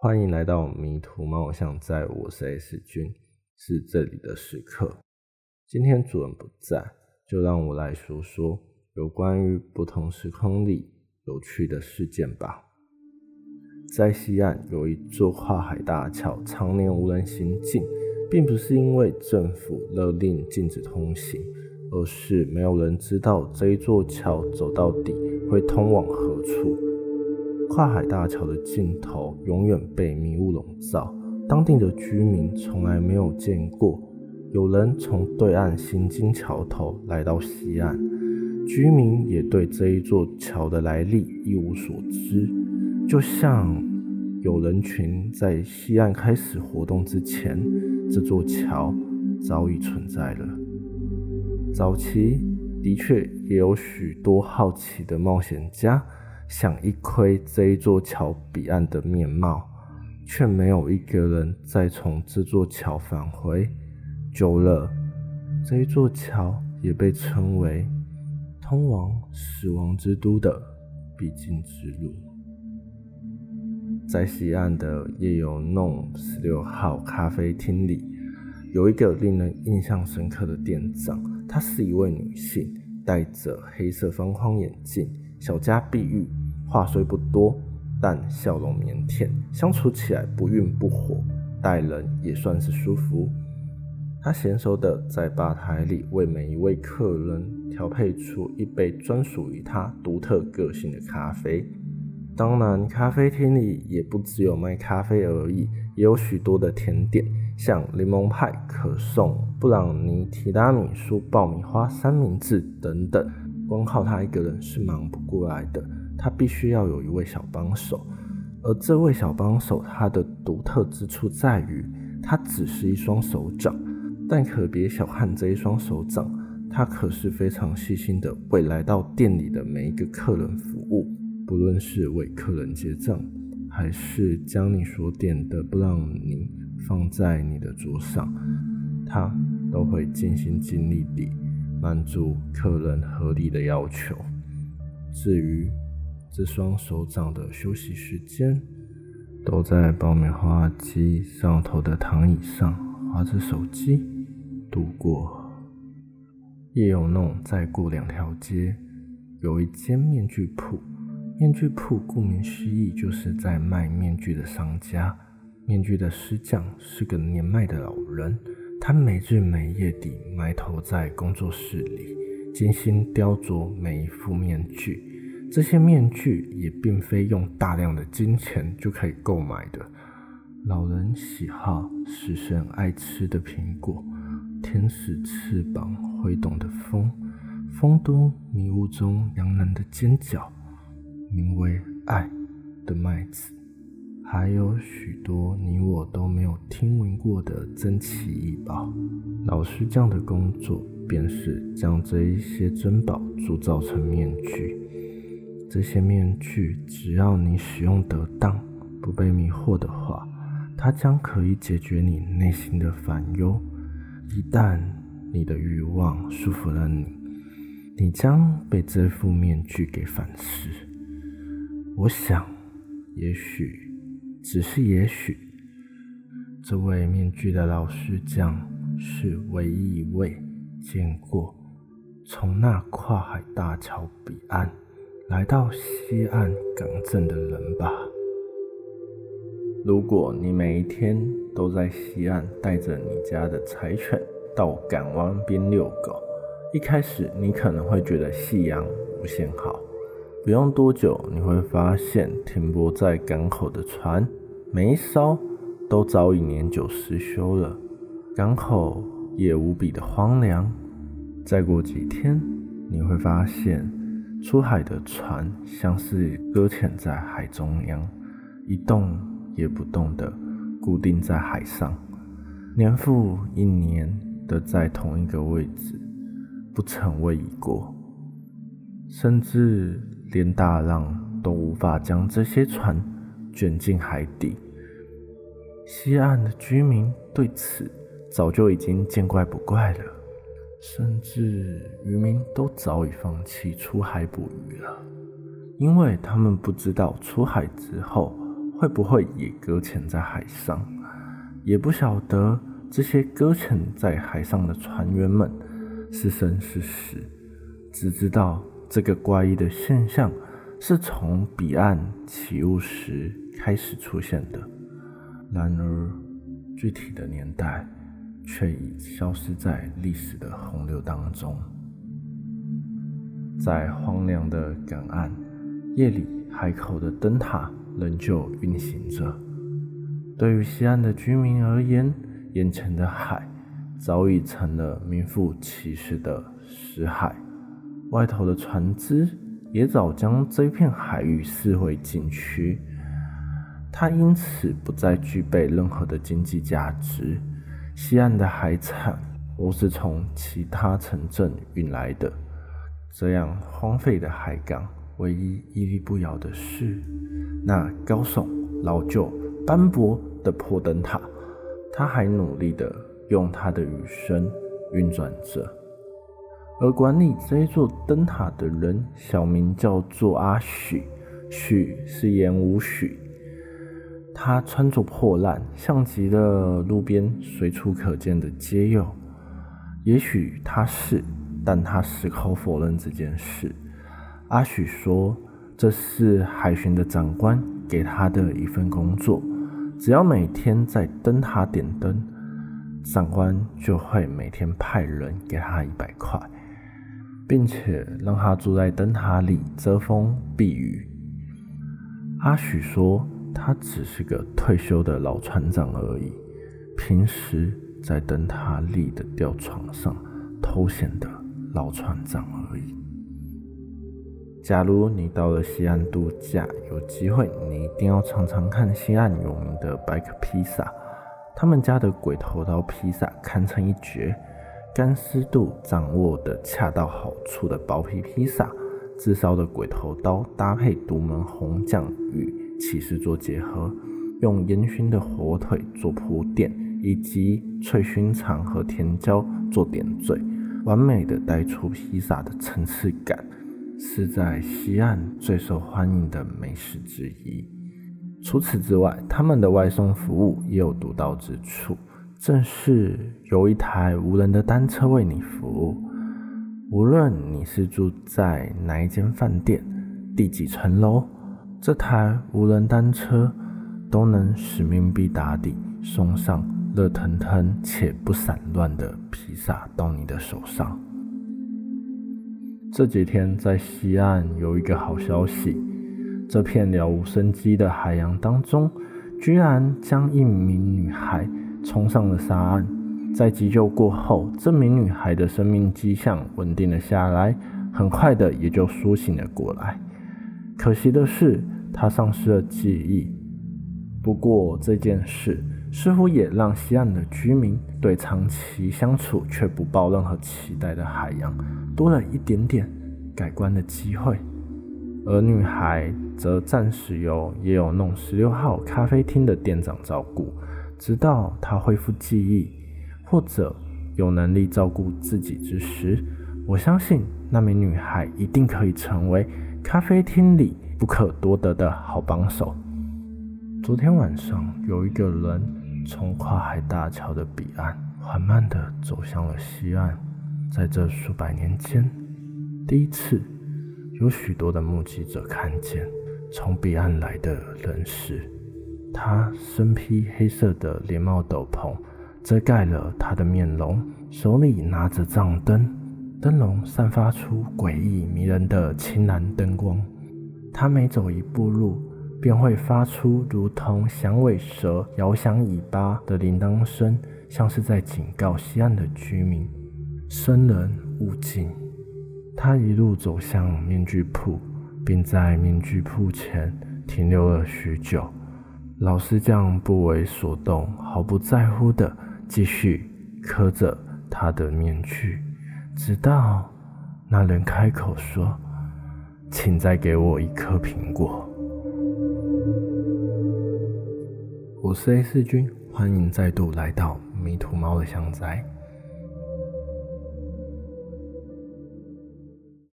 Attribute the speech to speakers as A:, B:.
A: 欢迎来到迷途猫像在，我是 S 君，是这里的时刻。今天主人不在，就让我来说说有关于不同时空里有趣的事件吧。在西岸有一座跨海大桥，常年无人行进，并不是因为政府勒令禁止通行，而是没有人知道这一座桥走到底会通往何处。跨海大桥的尽头永远被迷雾笼罩，当地的居民从来没有见过有人从对岸行经桥头来到西岸，居民也对这一座桥的来历一无所知，就像有人群在西岸开始活动之前，这座桥早已存在了。早期的确也有许多好奇的冒险家想一窥这一座桥彼岸的面貌，却没有一个人再从这座桥返回。久了，这一座桥也被称为通往死亡之都的必经之路。在西岸的夜游弄16号咖啡厅里，有一个令人印象深刻的店长，她是一位女性，戴着黑色方框眼镜，小家碧玉，话虽不多，但笑容腼腆，相处起来不愠不火，待人也算是舒服。他娴熟地在吧台里为每一位客人调配出一杯专属于他独特个性的咖啡。当然，咖啡厅里也不只有卖咖啡而已，也有许多的甜点，像柠檬派、可颂、布朗尼、提拉米苏、爆米花、三明治等等。光靠他一个人是忙不过来的，他必须要有一位小帮手。而这位小帮手，他的独特之处在于，他只是一双手掌，但可别小看这一双手掌，他可是非常细心的为来到店里的每一个客人服务，不论是为客人结账，还是将你所点的布朗尼放在你的桌上，他都会尽心尽力地满足客人合理的要求。至于这双手掌的休息时间，都在爆米花机上头的躺椅上滑着手机度过。夜游弄再过2条街有一间面具铺，面具铺顾名思义就是在卖面具的商家。面具的师匠是个年迈的老人，他没日没夜地埋头在工作室里，精心雕琢每一副面具。这些面具也并非用大量的金钱就可以购买的。老人喜好食神爱吃的苹果，天使翅膀挥动的风，丰都迷雾中洋人的尖角，名为爱的麦子，还有许多你我都没有听闻过的珍奇异宝。老师匠的工作便是将这一些珍宝铸造成面具。这些面具只要你使用得当，不被迷惑的话，它将可以解决你内心的烦忧。一旦你的欲望束缚了你，你将被这副面具给反噬。我想，也许，只是也许，这位面具的老师匠是唯一一位见过从那跨海大桥彼岸来到西岸港镇的人吧。如果你每一天都在西岸带着你家的柴犬到港湾边遛狗，一开始你可能会觉得夕阳无限好，不用多久你会发现停泊在港口的船每一艘都早已年久失修了，港口也无比的荒凉。再过几天你会发现出海的船像是搁浅在海中央，一动也不动地固定在海上，年复一年的在同一个位置，不曾位移过，甚至连大浪都无法将这些船卷进海底。西岸的居民对此早就已经见怪不怪了，甚至渔民都早已放弃出海捕鱼了，因为他们不知道出海之后会不会也搁浅在海上，也不晓得这些搁浅在海上的船员们是生是死，只知道这个怪异的现象是从彼岸起雾时开始出现的，然而具体的年代却已消失在历史的洪流当中。在荒凉的港岸，夜里海口的灯塔仍旧运行着。对于西岸的居民而言，眼前的海早已成了名副其实的死海，外头的船只也早将这片海域视为禁区，它因此不再具备任何的经济价值。西岸的海产都是从其他城镇运来的，这样荒废的海港，唯一屹立不摇的是那高耸、老旧、斑驳的破灯塔，它还努力地用它的余生运转着。而管理这一座灯塔的人，小名叫做阿许，许是言无许。他穿着破烂，像极了路边随处可见的街友。也许他是，但他矢口否认这件事。阿许说，这是海巡的长官给他的一份工作，只要每天在灯塔点灯，长官就会每天派人给他100块，并且让他住在灯塔里遮风避雨。阿许说，他只是个退休的老船长而已，平时在灯塔里的吊床上偷闲的老船长而已。假如你到了西岸度假，有机会你一定要尝尝看西岸有名的白克披萨，他们家的鬼头刀披萨堪称一绝，干湿度掌握的恰到好处的薄皮披萨，炙烧的鬼头刀搭配独门红酱与起司做结合，用烟熏的火腿做铺垫，以及脆熏肠和甜椒做点缀，完美的带出披萨的层次感，是在西岸最受欢迎的美食之一。除此之外，他们的外送服务也有独到之处，正是有一台无人的单车为你服务。无论你是住在哪一间饭店、第几层楼，这台无人单车都能使命必达地送上热腾腾且不散乱的披萨到你的手上。这几天在西岸有一个好消息，这片了无生机的海洋当中，居然将一名女孩冲上了沙岸。在急救过后，这名女孩的生命迹象稳定了下来，很快的也就苏醒了过来。可惜的是，她丧失了记忆。不过这件事似乎也让西岸的居民对长期相处却不抱任何期待的海洋多了一点点改观的机会。而女孩则暂时由也有弄16号咖啡厅的店长照顾，直到她恢复记忆或者有能力照顾自己之时，我相信那名女孩一定可以成为咖啡厅里不可多得的好帮手。昨天晚上，有一个人从跨海大桥的彼岸缓慢地走向了西岸。在这数百年间，第一次有许多的目击者看见从彼岸来的人士。他身披黑色的连帽斗篷，遮盖了他的面容，手里拿着帐灯，灯笼散发出诡异迷人的青蓝灯光。他每走一步路，便会发出如同响尾蛇摇响尾巴的铃铛声，像是在警告西岸的居民，生人勿近。他一路走向面具铺，并在面具铺前停留了许久。老师匠不为所动，毫不在乎地继续刻着他的面具，直到那人开口说：“请再给我1颗苹果。”我是 A 4君，欢迎再度来到迷途猫的乡宅。